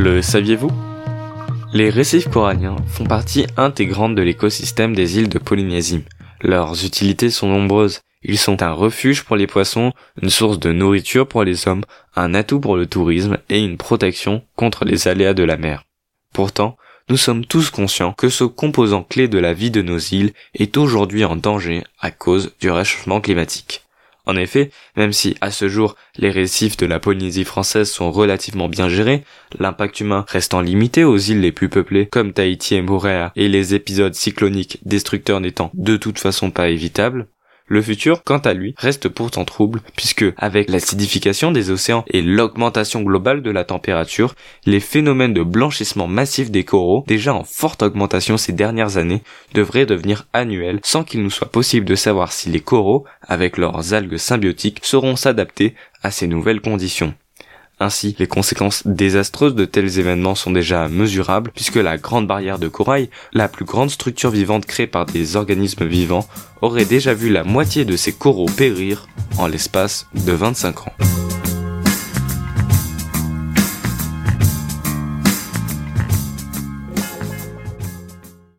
Le saviez-vous ? Les récifs coralliens font partie intégrante de l'écosystème des îles de Polynésie. Leurs utilités sont nombreuses. Ils sont un refuge pour les poissons, une source de nourriture pour les hommes, un atout pour le tourisme et une protection contre les aléas de la mer. Pourtant, nous sommes tous conscients que ce composant clé de la vie de nos îles est aujourd'hui en danger à cause du réchauffement climatique. En effet, même si, à ce jour, les récifs de la Polynésie française sont relativement bien gérés, l'impact humain restant limité aux îles les plus peuplées comme Tahiti et Moorea et les épisodes cycloniques destructeurs n'étant de toute façon pas évitables, le futur, quant à lui, reste pourtant trouble puisque, avec l'acidification des océans et l'augmentation globale de la température, les phénomènes de blanchissement massif des coraux, déjà en forte augmentation ces dernières années, devraient devenir annuels sans qu'il nous soit possible de savoir si les coraux, avec leurs algues symbiotiques, sauront s'adapter à ces nouvelles conditions. Ainsi, les conséquences désastreuses de tels événements sont déjà mesurables puisque la Grande Barrière de Corail, la plus grande structure vivante créée par des organismes vivants, aurait déjà vu la moitié de ses coraux périr en l'espace de 25 ans.